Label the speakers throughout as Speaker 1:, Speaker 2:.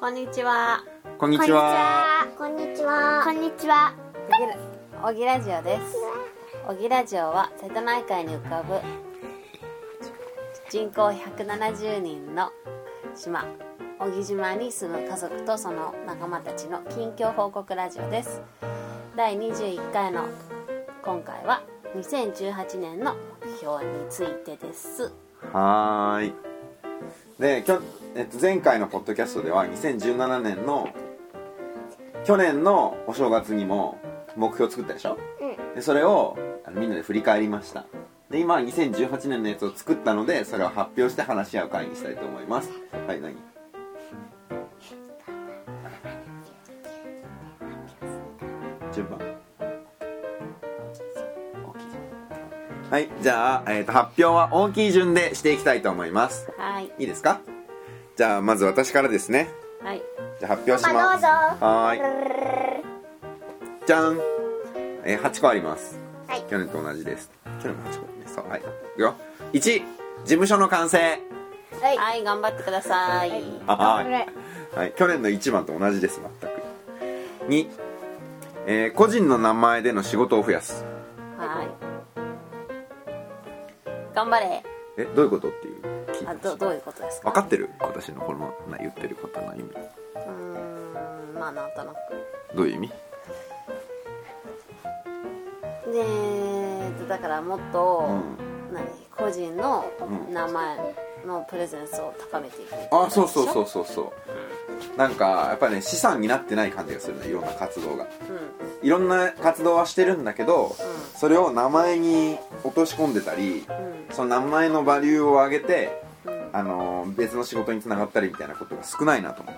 Speaker 1: こんにちは。
Speaker 2: こんにちは。
Speaker 3: こんにちは。
Speaker 1: こんにちは。おぎラジオです。おぎラジオは瀬戸内海に浮かぶ人口170人の島小木島に住む家族とその仲間たちの近況報告ラジオです。第21回の今回は2018年の目標についてです。
Speaker 2: はーい。で前回のポッドキャストでは2017年の去年のお正月にも目標作ったでしょ、でそれをみんなで振り返りました。で今2018年のやつを作ったのでそれを発表して話し合う会にしたいと思います。はい、何？順番。はい、じゃあ、発表は大きい順でしていきたいと思います。
Speaker 1: はい。
Speaker 2: いいですか？じゃあまず私からですね。
Speaker 1: はい。
Speaker 2: じゃあ発表します。はーい。じゃん。8個あります。
Speaker 3: はい。
Speaker 2: 去年と同じです。去年も8個ね。そう、はい。いくよ。1、事務所の完成。
Speaker 3: はい。
Speaker 1: はい、頑張ってください。
Speaker 2: はい。はい。去年の1番と同じです、全く。2、個人の名前での仕事を増やす。
Speaker 1: はい。頑張れ。
Speaker 2: どういうことっていう聞いて
Speaker 1: どういうことですか？
Speaker 2: 分かってる？私のこの言ってることの意味。
Speaker 1: まあなんとなく。
Speaker 2: どういう意味？
Speaker 1: だからもっと、個人の名前のプレゼンスを高めていく。
Speaker 2: あ、そう、なんかやっぱりね資産になってない感じがするね。いろんな活動が、いろんな活動はしてるんだけど、それを名前に落とし込んでたり、その名前のバリューを上げて、別の仕事につながったりみたいなことが少ないなと思って、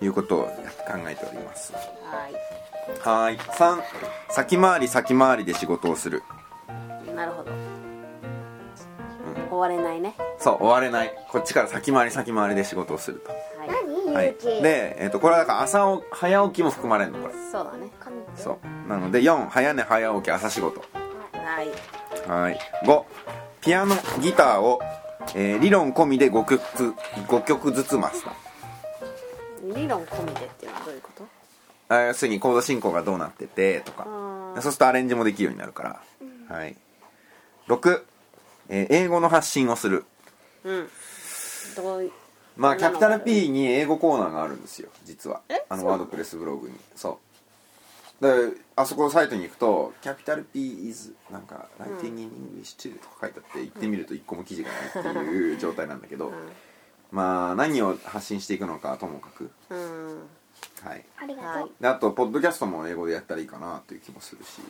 Speaker 2: いうことを考えております。はい。3、先回りで仕事をする。
Speaker 1: なるほど。終われないね。
Speaker 2: そう、終われない。こっちから先回りで仕事をすると。はい。で、これはだから早起きも含まれるのこれ。
Speaker 1: そうだね。
Speaker 2: そうなので4、早寝早起き朝仕事。
Speaker 1: はい。
Speaker 2: 5、ピアノギターを、理論込みで5曲ずつマスタ
Speaker 1: ー。理論込みでっていうのはどういうこと？
Speaker 2: 要するにコード進行がどうなっててとか、そうするとアレンジもできるようになるから、はい。6、英語の発信をする。まあキャピタル P に英語コーナーがあるんですよ実は。ワードプレスブログに。そうであそこのサイトに行くとキャピタル P is なんか Writing in English too とか書いてあって、行ってみると1個も記事がないっていう状態なんだけど、まあ何を発信していくのかともかく、はい、
Speaker 3: ありがとう。
Speaker 2: であとポッドキャストも英語でやったらいいかなという気もするし、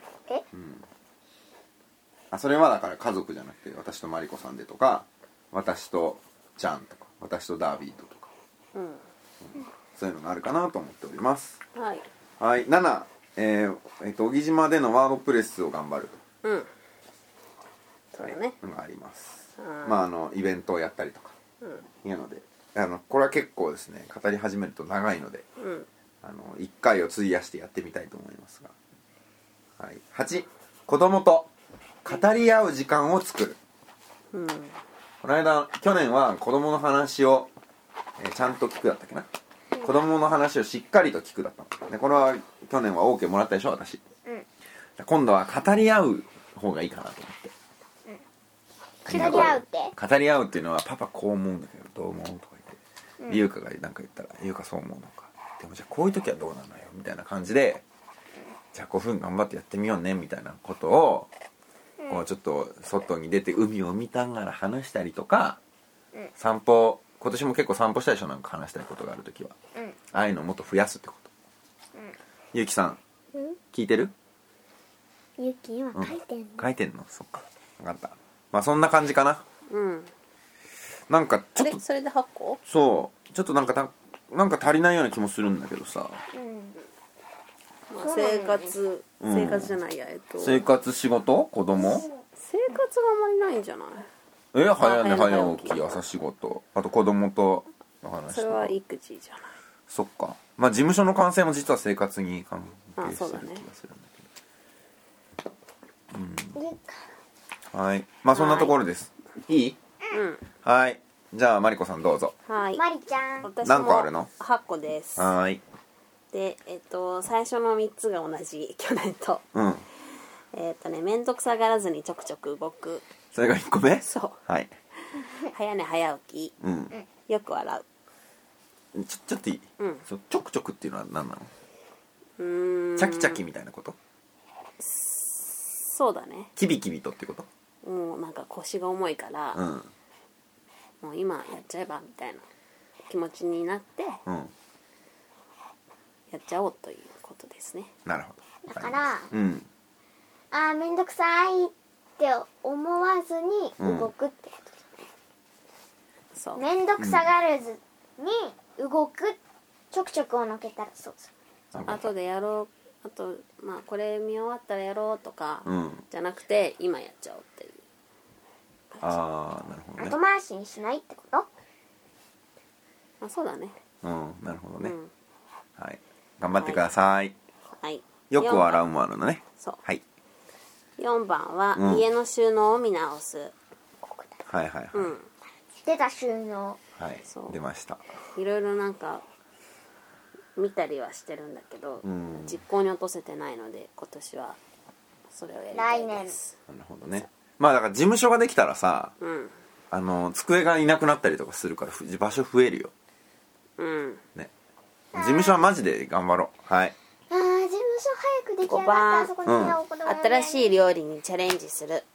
Speaker 2: それはだから家族じゃなくて私とマリコさんでとか、私とジャンとか私とダービードとか、そういうのがあるかなと思っております。はい。7、小木島でのワードプレスを頑張ると、
Speaker 1: そうだね、
Speaker 2: のがあります。まあイベントをやったりとか、いうのでこれは結構ですね語り始めると長いので、1回を費やしてやってみたいと思いますが、はい。8、子供と語り合う時間を作る。この間去年は子供の話を、ちゃんと聞くだったっけな、子供の話をしっかりと聞くだったので、これは去年は OK もらったでしょ私、今度は語り合う方がいいかなと思って、
Speaker 3: 語り合うって
Speaker 2: 語り合うっていうのはパパこう思うんだけどどう思うとか言って、優香が何か言ったら優香そう思うのか、でもじゃあこういう時はどうなのよみたいな感じで、じゃあ5分頑張ってやってみようねみたいなことを、こうちょっと外に出て海を見ながら話したりとか、散歩、今年も結構散歩したでしょ、なんか話したいことがあるときは、ああいうのをもっと増やすってこと。ゆきさん、聞いてる？
Speaker 3: ゆき今書いてんの？
Speaker 2: 書いてんの？そっか、分かった。まあそんな感じかな。なんかちょっと
Speaker 1: それで8個？
Speaker 2: そうちょっとなんか足りないような気もするんだけどさ、
Speaker 1: 生活じゃないや、
Speaker 2: 生活、仕事、子供、
Speaker 1: 生活があまりないんじゃない？
Speaker 2: 早寝早起き朝仕事、あと子供との話とか。
Speaker 1: それは育児じゃない？
Speaker 2: そっか。まあ事務所の完成も実は生活に関係してる気がするんだけど、はい。まあそんなところです。いい？はい。 じゃあマリコさんどうぞ。
Speaker 1: はい。
Speaker 3: マリちゃん。
Speaker 1: 私も
Speaker 2: 何個あるの
Speaker 1: 8個です。
Speaker 2: はーい。
Speaker 1: で、最初の3つが同じ、去年と。
Speaker 2: うん。
Speaker 1: めんどくさがらずにちょくちょく動く。
Speaker 2: それが1個目。
Speaker 1: そう。
Speaker 2: はい。
Speaker 1: 早寝早起
Speaker 2: うん。
Speaker 1: き。よく笑う。
Speaker 2: ちょっといい、
Speaker 1: うん
Speaker 2: ちょくちょくっていうのは何なの？
Speaker 1: うーん。
Speaker 2: チャキチャキみたいなこと？
Speaker 1: そうだね。
Speaker 2: キビキビとってこと？
Speaker 1: もうなんか腰が重いから、
Speaker 2: うん。
Speaker 1: もう今やっちゃえばみたいな気持ちになって
Speaker 2: うん。
Speaker 1: やっちゃおうということですね。
Speaker 2: なるほど。
Speaker 3: だから、
Speaker 2: うん。
Speaker 3: めんどくさいって思わずに動くってことです
Speaker 1: そう。
Speaker 3: めんどくさがらずに動く、ちょくちょくをのけたらそうそう。
Speaker 1: 後でやろう、あとまあこれ見終わったらやろうとか、
Speaker 2: うん。
Speaker 1: じゃなくて今やっちゃおうっていう
Speaker 2: ああ、なるほどね。
Speaker 3: 後回しにしないってこと？
Speaker 1: まあそうだね。
Speaker 2: うん、なるほどね。
Speaker 1: うん。
Speaker 2: はい。頑張ってください。
Speaker 1: はい。
Speaker 2: よく笑う
Speaker 1: う。
Speaker 2: もあるのね。
Speaker 1: そう。
Speaker 2: はい。
Speaker 1: 4番は、
Speaker 2: うん
Speaker 1: 家の収納を見直す。
Speaker 2: はいはいはい。
Speaker 1: うん。
Speaker 3: 出た収納。
Speaker 2: はい
Speaker 1: そ。う
Speaker 2: 出ました。
Speaker 1: いろいろなんか見たりはしてるんだけど、
Speaker 2: うん
Speaker 1: 実行に落とせてないので今年はそれをやりたいです。
Speaker 2: なるほどね。まあだから事務所ができたらさ、
Speaker 1: うん
Speaker 2: 机がいなくなったりとかするから場所増えるよ。
Speaker 1: うん。
Speaker 2: ね。事務所はマジで頑張ろう。はい。
Speaker 3: 事務所早く出来上がったらそこに
Speaker 2: うん
Speaker 3: お子供が
Speaker 1: 新しい料理にチャレンジする。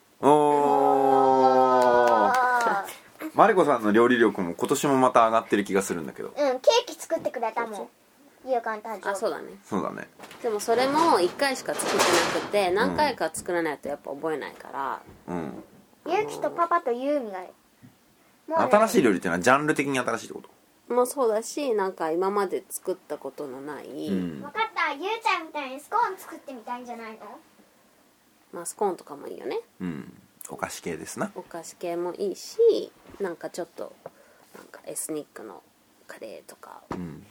Speaker 2: おー。マリコさんの料理力も今年もまた上がってる気がするんだけど。
Speaker 3: ケーキ作ってくれたもん。夕刊誕生日。
Speaker 1: あ、そうだね。
Speaker 2: そうだね。
Speaker 1: でもそれも1回しか作ってなくて何回か作らないとやっぱ覚えないから、
Speaker 2: うん。
Speaker 3: ゆうきとパパとユーミがもうね
Speaker 2: 新しい料理っていうのはジャンル的に新しいってこと？
Speaker 1: もうそうだし、なんか今まで作ったことのない、
Speaker 2: うん
Speaker 3: 分かった、ゆうちゃんみたいにスコーン作ってみたいんじゃないの？
Speaker 1: まあスコーンとかもいいよね。
Speaker 2: うん。お菓子系ですな。
Speaker 1: お菓子系もいいし、なんかちょっとなんかエスニックのカレーとか。
Speaker 2: うん。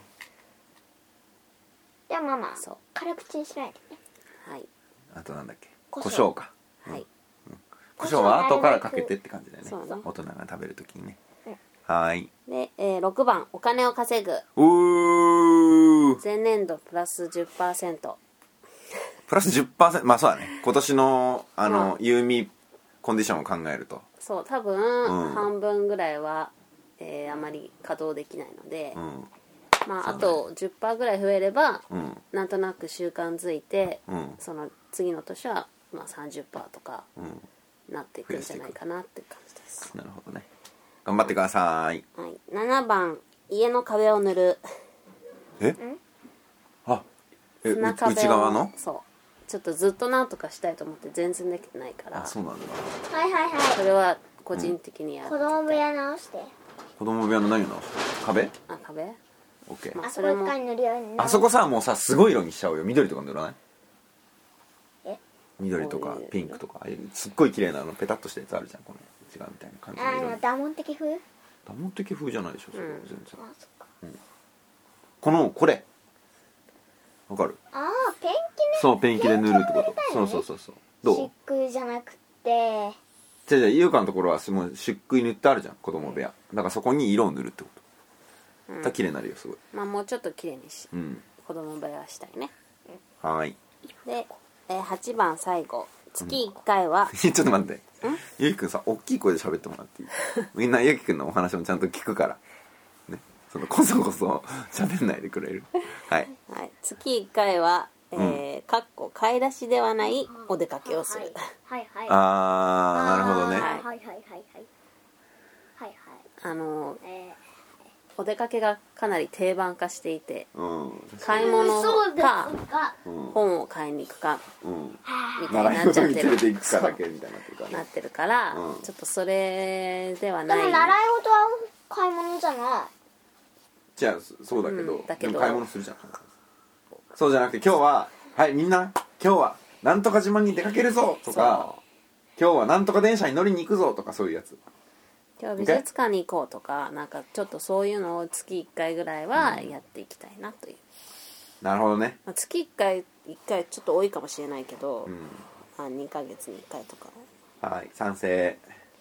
Speaker 3: でもママ、
Speaker 1: そう
Speaker 3: 辛口にしないでね。
Speaker 1: はい
Speaker 2: あとなんだっけ？
Speaker 3: 胡椒
Speaker 2: 胡椒か。
Speaker 1: はい。
Speaker 2: 胡椒は後からかけてって感じだよね。
Speaker 1: そうね
Speaker 2: 大人が食べるときにね。
Speaker 3: うん
Speaker 2: はーい。
Speaker 1: で、6番お金を稼ぐ。
Speaker 2: うー。
Speaker 1: 前年度プラス 10%。
Speaker 2: プラス 10%。まあそうだね。今年の
Speaker 1: うん
Speaker 2: ユーミコンディションを考えると。
Speaker 1: そう多分、
Speaker 2: うん
Speaker 1: 半分ぐらいは、あまり稼働できないので、
Speaker 2: うん。
Speaker 1: まああと 10% ぐらい増えれば、
Speaker 2: うん。
Speaker 1: なんとなく習慣づいて、
Speaker 2: うん。
Speaker 1: その次の年はまあ 30% とか
Speaker 2: うん。
Speaker 1: なっていくんじゃないかなって感じです。
Speaker 2: なるほどね。頑張ってください。
Speaker 1: はい、7番家の壁を塗る。
Speaker 2: え？あ、
Speaker 1: 砂壁を
Speaker 2: 内側の？
Speaker 1: そうちょっとずっとなんとかしたいと思って全然できてないから
Speaker 2: あ、そうなんだ。
Speaker 3: はいはいはい。
Speaker 1: それは個人的にやる、
Speaker 3: 子供部屋直して。
Speaker 2: 子供部屋の何を直す？壁？
Speaker 1: あ壁
Speaker 2: オッケー。
Speaker 1: ま
Speaker 3: あそこ一回塗るように
Speaker 2: あそこさ、もうさ、すごい色にしちゃおうよ。緑とか塗らない？
Speaker 3: え？
Speaker 2: 緑とか
Speaker 1: こういう
Speaker 2: ピンクとか、すっごい綺麗なペタッとしたやつあるじゃん。この違うみたいな感じの色に。
Speaker 3: ダモン的風？
Speaker 2: ダモン的風じゃないでしょ、それは全然。
Speaker 3: あ、そっか。
Speaker 2: これわかる？
Speaker 3: ペン
Speaker 2: そう、ペンキで塗るってこと。
Speaker 3: ペンキを塗りたいのね
Speaker 2: そうど
Speaker 3: 漆
Speaker 2: う？
Speaker 3: 喰じゃなくて、
Speaker 2: じゃ優香のところはもう漆喰塗ってあるじゃん、子供部屋。だからそこに色を塗るってこと。だから綺麗になるよ、すごい。
Speaker 1: まあもうちょっと綺麗にし
Speaker 2: うん。
Speaker 1: 子供部屋はしたいね。
Speaker 2: はーい。
Speaker 1: で、8番最後月1回は、
Speaker 2: ちょっと待って。ゆきくんさ、大きい声で喋ってもらっていい？みんなゆきくんのお話もちゃんと聞くから。ね。こそこそ喋んないでくれる？はい。
Speaker 1: はい、月1回は、かっこ買い出しではないお出かけをする。
Speaker 3: はいはい。
Speaker 2: なるほどね。
Speaker 3: はいはいはいはい。はいはい。
Speaker 1: お出かけがかなり定番化していて、
Speaker 2: うん。
Speaker 1: 買い物
Speaker 3: そうです
Speaker 1: か
Speaker 3: か。
Speaker 1: 本を買いに行くか
Speaker 2: うん。
Speaker 1: みたいに
Speaker 2: 習い
Speaker 1: なっちゃってる
Speaker 2: 事に連れて行くかだけみたいになってるからね。
Speaker 1: なってるから、
Speaker 2: うん
Speaker 1: ちょっとそれでは
Speaker 3: で
Speaker 1: ない。
Speaker 3: も習い事は買い物じゃない。
Speaker 2: じゃあそうだけど、
Speaker 1: だけど
Speaker 2: でも買い物するじゃん。そうじゃなくて、今日ははいみんな今日はなんとか島に出かけるぞとか、今日はなんとか電車に乗りに行くぞとか、そういうやつ。
Speaker 1: 今日美術館に行こうとか、なんかちょっとそういうのを月1回ぐらいはやっていきたいなという、
Speaker 2: なるほどね。
Speaker 1: まあ、月1回ちょっと多いかもしれないけど、
Speaker 2: うん。
Speaker 1: まあ、2ヶ月に1回とか。
Speaker 2: はい、賛成。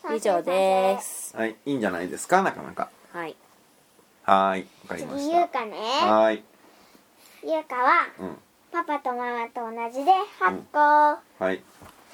Speaker 1: 以上です。
Speaker 2: はい、いいんじゃないですか、なかなか。
Speaker 1: はい。
Speaker 2: はい、わかりま
Speaker 3: 次
Speaker 2: した。
Speaker 3: ゆうかね。
Speaker 2: はい。
Speaker 3: ゆうかは、
Speaker 2: うん。
Speaker 3: パパとママと同じで8個、
Speaker 2: はい。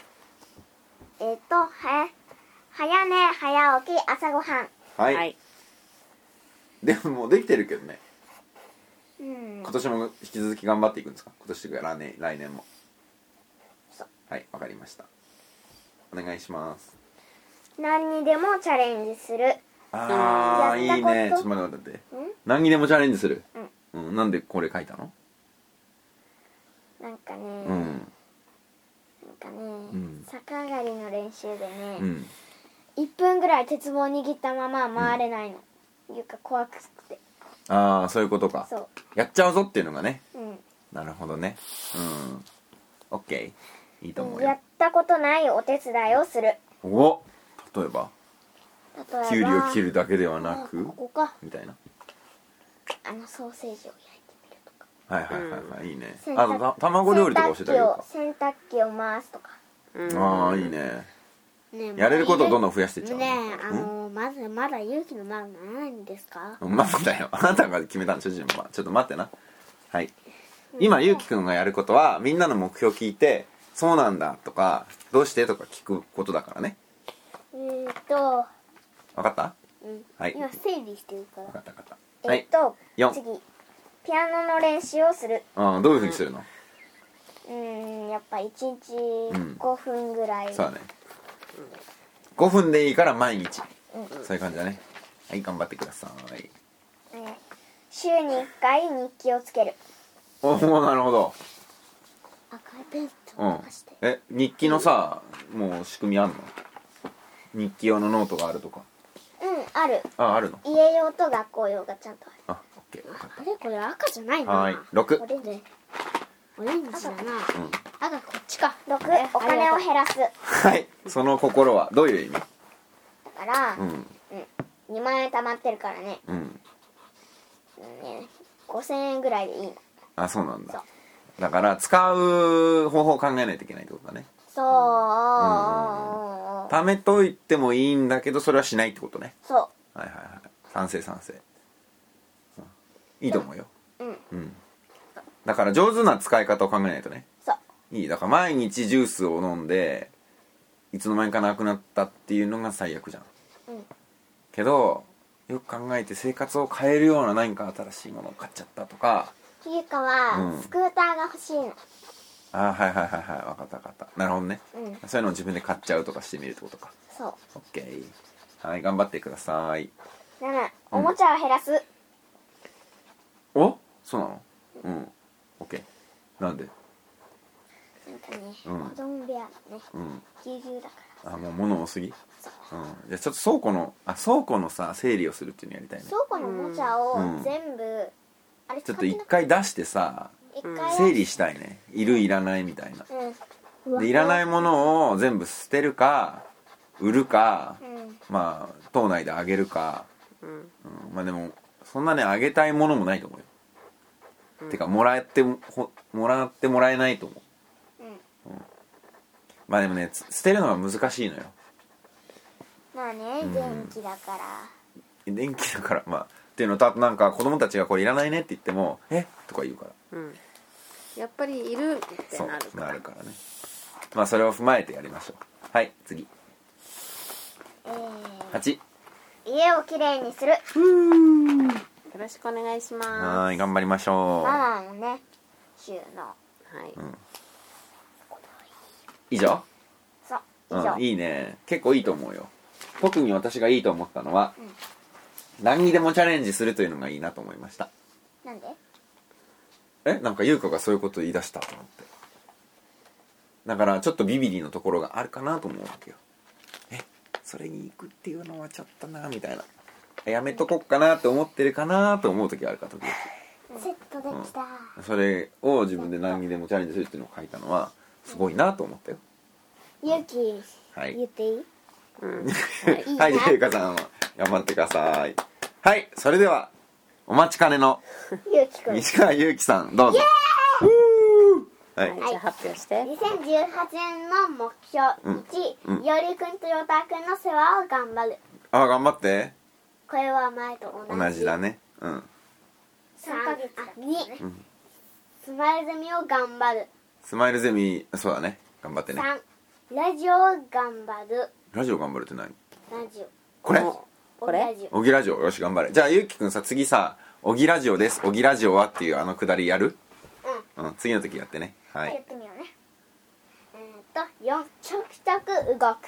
Speaker 3: 早寝早起き朝ごはん。
Speaker 2: はい。
Speaker 1: はい。
Speaker 2: でももうできてるけどね。
Speaker 3: うん
Speaker 2: 今年も引き続き頑張っていくんですか？今年からね、来年も。
Speaker 3: そう
Speaker 2: はい、わかりました。お願いします。
Speaker 3: 何にでもチャレンジする。
Speaker 2: あー、いいね。ちょっと待って。何にでもチャレンジする。うん。なんでこれ書いたの？
Speaker 3: なんかね、
Speaker 2: うん。
Speaker 3: 逆上がりの練習でね、
Speaker 2: うん。
Speaker 3: 1分ぐらい鉄棒握ったまま回れないの、いうか怖くて。
Speaker 2: あー、そういうことか。
Speaker 3: そ
Speaker 2: やっちゃうぞっていうのがね。
Speaker 3: う、
Speaker 2: なるほどね。オッケー。いいと思うよ
Speaker 3: やっ。たことないお手伝いをする。
Speaker 2: お、例えば
Speaker 3: 例えば
Speaker 2: きゅうりを切るだけではなく
Speaker 3: ここか、
Speaker 2: みたいな。
Speaker 3: ソーセージを焼いてみるとか、
Speaker 2: はいはいはいはい、いいね。
Speaker 3: 洗濯
Speaker 2: あと卵料理とか教えてあげるか。
Speaker 3: 洗濯機を回すとか。
Speaker 2: ああ、いいね。
Speaker 3: ね
Speaker 2: やれることをどんどん増やしていっちゃう
Speaker 3: ねえ、まだ勇気のマークならないんですか？
Speaker 2: 待ったよ、あなたが決めたんでしょ。ちょっと待ってな。はい。今ゆうきくんがやることはみんなの目標を聞いて、そうなんだとかどうしてとか聞くことだからね。わかった？はい。
Speaker 3: 今整理してるから
Speaker 2: わかったわかった。はい。4。
Speaker 3: 次ピアノの練習をする。
Speaker 2: どういうふうにするの？
Speaker 3: やっぱ1日5分ぐらい、
Speaker 2: そうだね。5分でいいから毎日、そういう感じだね。はい、頑張ってください。
Speaker 3: 週に1回日記をつける。
Speaker 2: おお、なるほど。
Speaker 3: 赤いペンとかして、
Speaker 2: 日記のさ、もう仕組みあんの？日記用のノートがあるとか。
Speaker 3: ある。
Speaker 2: あるの？
Speaker 3: 家用と学校用がちゃんとある。
Speaker 2: オッケー。
Speaker 3: あれこれ赤じゃないな。
Speaker 2: はい、6。
Speaker 3: オレンジだな。赤こっちか。6、お金を減らす。
Speaker 2: はい、その心はどういう意味？
Speaker 3: だから、2万円貯まってるからね、5000円ぐらいでいいの。
Speaker 2: あ、そうなんだ。
Speaker 3: そう
Speaker 2: だから使う方法を考えないといけないってことだね。
Speaker 3: そう、
Speaker 2: 貯めといてもいいんだけどそれはしないってことね。
Speaker 3: そう。
Speaker 2: はいはいはい、賛成。いいと思うよ。だから上手な使い方を考えないとね。
Speaker 3: そう
Speaker 2: いい。だから毎日ジュースを飲んでいつの間にかなくなったっていうのが最悪じゃん。けどよく考えて生活を変えるような何か新しいものを買っちゃったとか。
Speaker 3: ゆうかは、スクーターが欲しいの。
Speaker 2: はい、分かったなるほどね、そういうのを自分で買っちゃうとかしてみるってことか。
Speaker 3: そう。
Speaker 2: オッケー。はい、頑張ってください。
Speaker 3: 7、おもちゃを減らす。
Speaker 2: お、そうなの？オッケー。なんで？
Speaker 3: なんかね、子供部屋がね、ぎゅうぎゅうだから。
Speaker 2: もう物多すぎ？じゃあちょっと倉庫のさ整理をするっていうのやりたいね。
Speaker 3: 倉庫のおもちゃを全部、あれ
Speaker 2: ちょっと一回出してさ、整理したいね。いるいらないみたいな。でいらないものを全部捨てるか売るか、まあ島内であげるか、まあでもそんなねあげたいものもないと思うよ。てかもらってもらえないと思う。まあでもね捨てるのが難しいのよ。
Speaker 3: まあね、
Speaker 2: 電気だからまあっていうのと、あとなんか子供たちがこれいらないねって言ってもとか言うから、
Speaker 1: やっぱりいるってなるから。
Speaker 2: なるからね。まあそれを踏まえてやりましょう。はい、次。8。
Speaker 3: 家をきれいにする。
Speaker 1: よろしくお願いします。
Speaker 2: はい、頑張りましょう。
Speaker 3: ママのね、週の。
Speaker 1: はい。
Speaker 2: 以上？
Speaker 3: そう、以上。
Speaker 2: いいね。結構いいと思うよ。特に私がいいと思ったのは、何にでもチャレンジするというのがいいなと思いました。
Speaker 3: なんで？
Speaker 2: なんか優香がそういうことを言い出したと思って。だからちょっとビビリのところがあるかなと思うわけよ。それに行くっていうのはちょっとなみたいな。やめとこっかなって思ってるかなと思う時があるか時々。
Speaker 3: セットできた。
Speaker 2: それを自分で何にでもチャレンジするっていうのを書いたのはすごいなと思ったよ。
Speaker 3: ゆき、言っていい？
Speaker 2: はい、じゃあゆかさん頑張ってください。はい、それではお待ちかねの
Speaker 3: ゆうきくん、
Speaker 2: 西川ゆうきさんどうぞ。 はい
Speaker 1: じゃあ発表して
Speaker 3: 2018年の目標1、いおりくんとよたくんの世話を頑張る。
Speaker 2: あ、頑張って。
Speaker 3: これは前と同じ。
Speaker 2: 同じだね。うん。
Speaker 3: 3、2、スマイルゼミを頑張る。
Speaker 2: スマイルゼミ、そうだね。頑張ってね。
Speaker 3: 3、ラジオを頑張る。
Speaker 2: ラジオ頑張るって何？
Speaker 3: ラジオ。
Speaker 2: これ？
Speaker 1: これ
Speaker 3: ラジオ。
Speaker 2: おぎラジオ。よし頑張れ。じゃあゆうきくんさ、次さ、おぎラジオです。おぎラジオはっていうくだりやる？うん。次の時やってね。は
Speaker 3: やっ
Speaker 2: い。
Speaker 3: てみようね。4、ちょくちょく動く。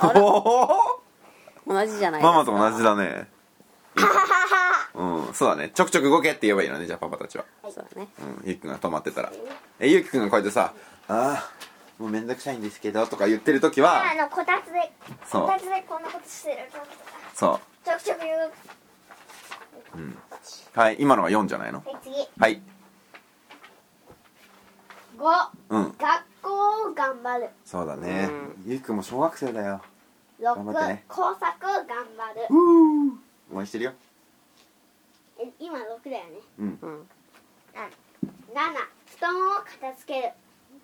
Speaker 1: 同じじゃないですか。
Speaker 2: ママと同じだね。うん、そうだね。ちょくちょく動けって言えばいいのね、じゃあパパたちは。
Speaker 1: そうだね。
Speaker 2: うん、ゆうきくんが止まってたら。ゆうきくんがこうやってさ、もうめんどくさいんですけどとか言ってる時は、
Speaker 3: こたつで
Speaker 2: そう
Speaker 3: こたつでこんなことしてる時とか
Speaker 2: そ
Speaker 3: ちょくちょく動く。
Speaker 2: う。うん。はい、今のは4じゃないの？
Speaker 3: はい、次。
Speaker 2: はい。
Speaker 3: 5、
Speaker 2: うん。
Speaker 3: 学校を頑張る。
Speaker 2: そうだね。ゆうきくんも小学生だよ。
Speaker 3: 6、
Speaker 2: 頑張ってね
Speaker 3: 工作を頑張る。
Speaker 2: 応援してるよ。
Speaker 3: 今6だよね。
Speaker 2: うん。
Speaker 1: うん。
Speaker 3: 7、布団を片付ける。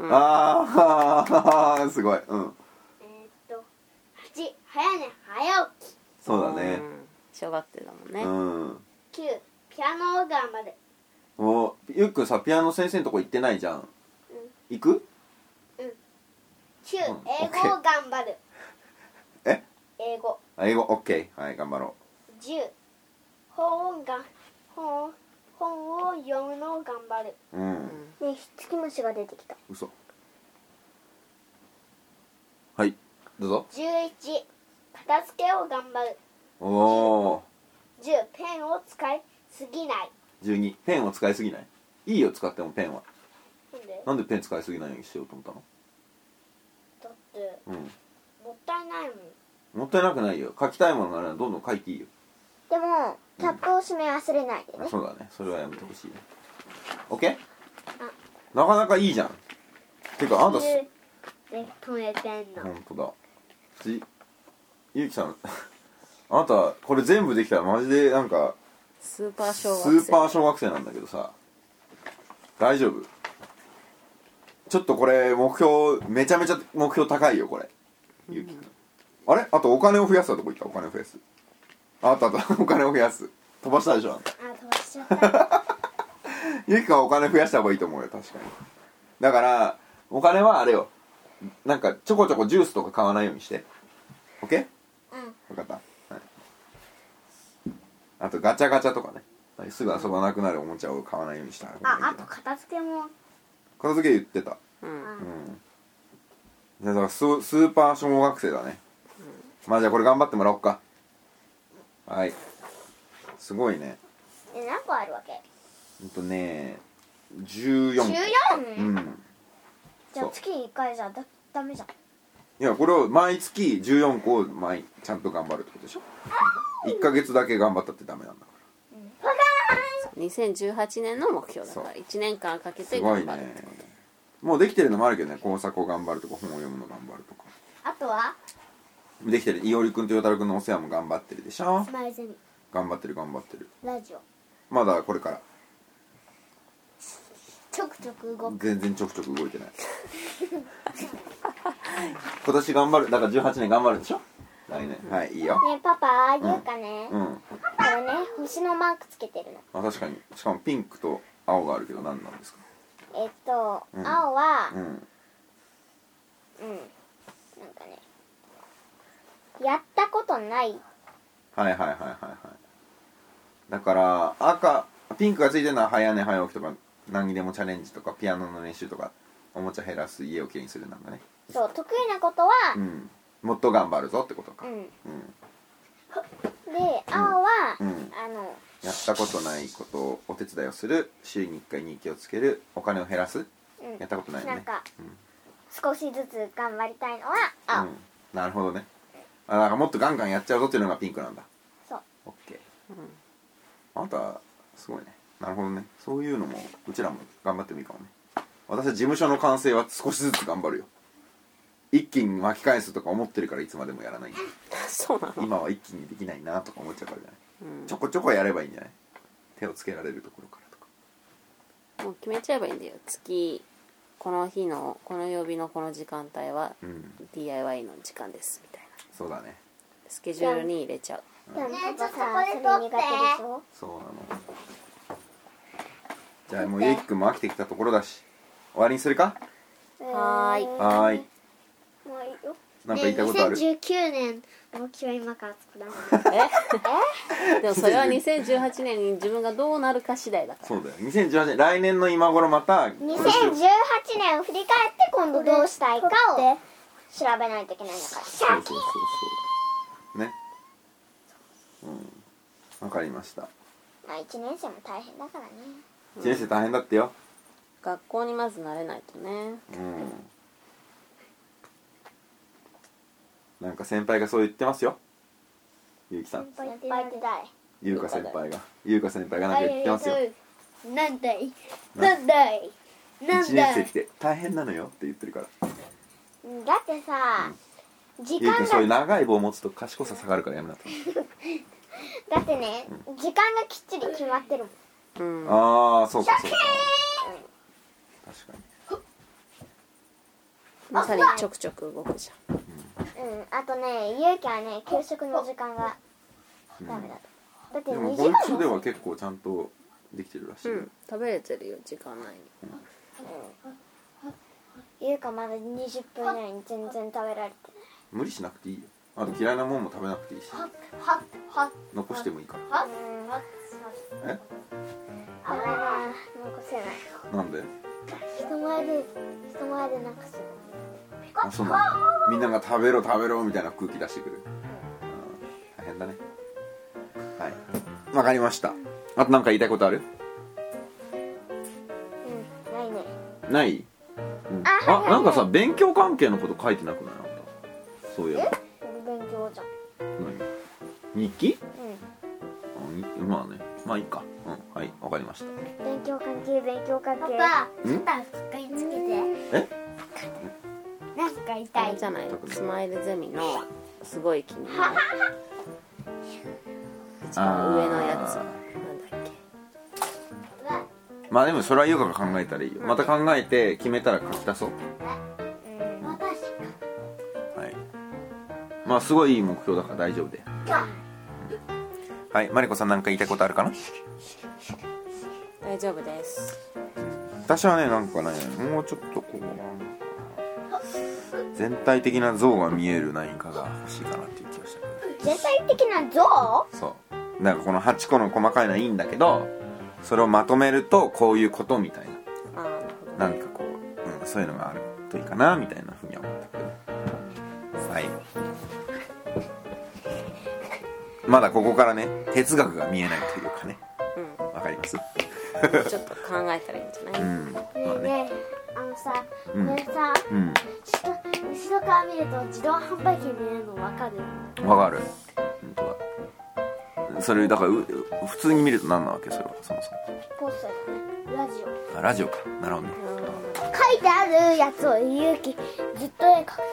Speaker 2: ああ、すごい。うん。
Speaker 3: 8、早寝早起き。
Speaker 2: そうだね。
Speaker 1: 小学生だもんね。
Speaker 2: うん。
Speaker 3: 9、ピアノを頑張る。
Speaker 2: ゆうきくんさ、ピアノ先生のとこ行ってないじゃん。行く？
Speaker 3: 9、英語を頑張る。
Speaker 2: え？
Speaker 3: 英語。
Speaker 2: 英語、オッケー。はい、頑張ろ
Speaker 3: 10、本を読むのを頑張る。
Speaker 2: う。うん。
Speaker 3: ね、ひっつき虫が出てきた。
Speaker 2: 嘘。はい、どうぞ。
Speaker 3: 11、片付けを頑張る。
Speaker 2: おお。
Speaker 3: 10、ペンを使いすぎない。
Speaker 2: 12、ペンを使いすぎない？いいよ、使ってもペンは。
Speaker 3: なんで？
Speaker 2: なんでペン使いすぎないようにしようと思ったの？
Speaker 3: だって
Speaker 2: うん。
Speaker 3: もったいないもん。
Speaker 2: もったいなくないよ。書きたいものならどんどん書いていいよ。
Speaker 3: でもキャップを閉め忘れないでね。
Speaker 2: そうだね。それはやめてほしいね。オッケー？なかなかいいじゃん。てか、あんた
Speaker 3: で止めてんの。
Speaker 2: ほんとだ。ゆうきさんあなたこれ全部できたらマジでなんか
Speaker 1: スーパー小
Speaker 2: ス
Speaker 1: 学生。
Speaker 2: ーパー小学生なんだけどさ、大丈夫？ちょっとこれ目標めちゃめちゃ目標高いよこれ。ゆうきくん、あれ？あとお金を増やすはどこ行った？お金を増やす。あとお金を増やす。飛ばしたでしょ。
Speaker 3: あ、飛ばしちゃった。
Speaker 2: ゆうきくんはお金増やした方がいいと思うよ、確かに。だからお金はあれよ、なんかちょこちょこジュースとか買わないようにして。 OK？ 分かった、はい、あとガチャガチャとかね、すぐ遊ばなくなるおもちゃを買わないようにした方がいいけど。
Speaker 3: あと片付けも。
Speaker 2: 片付け言ってた。だからスーパー小学生だね。まあじゃあこれ頑張ってもらおうか。はい、すごいね。
Speaker 3: 何個あるわけ
Speaker 2: ね14個。
Speaker 3: 14？じゃあ
Speaker 2: そう
Speaker 3: 月1回じゃダメじゃん。
Speaker 2: いやこれを毎月14個をちゃんと頑張るってことでしょ。1ヶ月だけ頑張ったってダメなんだか
Speaker 1: 2018年の目標だから
Speaker 2: そう
Speaker 1: 1年間かけ
Speaker 2: ら。すごい
Speaker 1: て頑張る。
Speaker 2: ね。もうできてるのもあるけどね、工作を頑張るとか本を読むの頑張るとか
Speaker 3: あとは
Speaker 2: できてる。いおりくんとよたろくんのお世話も頑張ってるでしょ。
Speaker 3: スマイルゼミ、
Speaker 2: 頑張ってる頑張ってる。
Speaker 3: ラジオ、
Speaker 2: まだこれから
Speaker 3: ちょくちょく動く。
Speaker 2: 全然ちょくちょく動いてない今年頑張る。だから18年頑張るでしょ、来年。はい、いいよ。
Speaker 3: ねえパパ、言うかね、
Speaker 2: うん。
Speaker 3: これね、星のマークつけてるの。
Speaker 2: 確かに。しかもピンクと青があるけど何なんですか？
Speaker 3: 青は
Speaker 2: うん。
Speaker 3: なんかね、やったことない。
Speaker 2: はいはいはいはいはい。だからピンクがついてるのは早寝早起きとか何にでもチャレンジとかピアノの練習とかおもちゃ減らす、家をきれいにするなんだね。
Speaker 3: そう、得意なことは
Speaker 2: うん。もっと頑張るぞってことか。
Speaker 3: うん。
Speaker 2: うん。
Speaker 3: で、青は、
Speaker 2: うんやったことないことをお手伝いをする、週に1回日記をつける、お金を減らす、やったことないよね。
Speaker 3: なんか、
Speaker 2: うん
Speaker 3: 少しずつ頑張りたいのは青。
Speaker 2: なるほどね。だからもっとガンガンやっちゃうぞっていうのがピンクなんだ。
Speaker 3: そう。
Speaker 2: オッケー。あなたすごいね。なるほどね。そういうのもうちらも頑張ってもいいかもね。私は事務所の完成は少しずつ頑張るよ。一気に巻き返すとか思ってるからいつまでもやらないんだ。
Speaker 1: そうなの。
Speaker 2: 今は一気にできないなとか思っちゃうからじゃない、ちょこちょこやればいいんじゃない？手をつけられるところからとか。
Speaker 1: もう決めちゃえばいいんだよ。月この日のこの曜日のこの時間帯は
Speaker 2: うん
Speaker 1: DIY の時間ですみたいな
Speaker 2: そうだね
Speaker 1: スケジュールに入れちゃう。
Speaker 3: でもパパさそれ苦手でしょ。
Speaker 2: そうなの。じゃあもうゆうきくんも飽きてきたところだし終わりにするか。
Speaker 1: はーい
Speaker 2: はーい。
Speaker 3: もういいよ。
Speaker 2: なんか言いたいことある。
Speaker 3: 2019年の目標今から作らない。
Speaker 1: でもそれは2018年に自分がどうなるか次第だから。
Speaker 2: そうだよ2018年来年の今頃また
Speaker 3: 2018年を振り返って今度どうしたいかを調べないといけないんだから。
Speaker 2: そうそうそうそうねわかりました。
Speaker 3: まあ1年生も大変だからね。
Speaker 2: 1年生大変だってよ。
Speaker 1: 学校にまず慣れないとね。
Speaker 2: なんか先輩がそう言ってますよゆうきさん。
Speaker 3: 先輩って誰？
Speaker 2: ゆうか先輩がなんか言ってますよ。
Speaker 3: なんだいなんだいなん
Speaker 2: 1
Speaker 3: だい。
Speaker 2: 年生って大変なのよって言ってるから。
Speaker 3: だってさ、時間
Speaker 2: ゆうきくんそういう
Speaker 3: が
Speaker 2: 長い棒を持つと賢さ下がるからやめなって。
Speaker 3: だってね、時間がきっちり決まってるもん。
Speaker 1: うん。
Speaker 2: ああそうかそうか確かに。
Speaker 1: まさにちょくちょく動くじゃん。
Speaker 3: あとね、ゆうきはね、給食の時間がダメだと。だって
Speaker 2: で
Speaker 3: 2
Speaker 2: もこい
Speaker 3: 時間
Speaker 2: つでは結構ちゃんとできてるらしいよ。
Speaker 1: うん。食べれてるよ時間内に。
Speaker 3: ゆうかまだ20分以内に全然食べられてない。
Speaker 2: 無理しなくていいよ。あと嫌いなもんも食べなくていいし残してもいいからえ
Speaker 3: あれは残せない。
Speaker 2: なんで
Speaker 3: 人前でなんかする。
Speaker 2: あそうなのみんなが食べろ食べろみたいな空気出してくる、大変だね。はいわかりました。あと何か言いたいことある。
Speaker 3: ないね。
Speaker 2: ない、
Speaker 3: あ
Speaker 2: なんかさ勉強関係のこと書いてなくないあんた。そういえば
Speaker 3: 勉強じゃん。
Speaker 2: 何日記
Speaker 3: うん。
Speaker 2: 日記まあねまあいいか。はいわかりました。
Speaker 3: 勉強関係。パパ、肩深いつけて。
Speaker 2: え
Speaker 3: なんか
Speaker 1: あ
Speaker 3: 痛い。
Speaker 1: れじゃないスマイルゼミのすごい気になる一番上のやつなんだっけ。
Speaker 2: まあでもそれは優香が考えたらいいよ。また考えて決めたら書き足そう。はいまあすごいいい目標だから大丈夫で。はいマリコさん何か言いたいことあるかな。
Speaker 1: 大丈夫です。
Speaker 2: 私はねなんかねもうちょっとこう全体的な像が見える何かが欲しいかなっていう気がしたけ
Speaker 3: 全体的な像？
Speaker 2: ど。そうなんかこの8個の細かいのはいいんだけどそれをまとめるとこういうことみたい
Speaker 1: ああなるほど。
Speaker 2: ななんかこう、そういうのがあるといいかなみたいなふうには思ったけど。はいまだここからね哲学が見えないというかねわかります
Speaker 1: ちょっと考えたらいいんじゃない。
Speaker 3: ね
Speaker 2: まあね
Speaker 3: えねえ、あのさ、これさ、後ろから見ると自動販売機に見えるの分かる？
Speaker 2: わかる本当だ。それだから普通に見ると何なわけそれはそもそも。
Speaker 3: ポスターだね、ラジオ。
Speaker 2: あラジオかなるほどね。
Speaker 3: 書いてあるやつをゆうきずっと絵描く。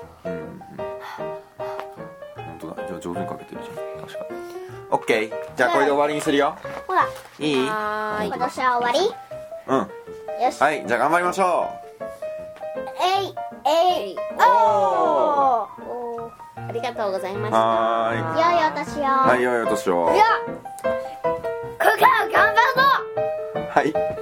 Speaker 2: 本当だじゃあ上手に描けてるじゃん確かに。オッケーじゃあこれで終わりにするよ。
Speaker 3: ほら、
Speaker 2: いい
Speaker 1: はーい
Speaker 3: 今年は終わり？よし。
Speaker 2: はいじゃあ頑張りましょ
Speaker 3: えい
Speaker 2: お
Speaker 1: ありがとうございま
Speaker 2: う。
Speaker 1: した。
Speaker 2: は
Speaker 3: 良いお年を。
Speaker 2: はい良いお年を。
Speaker 3: いや、ここから頑張るぞ。
Speaker 2: はい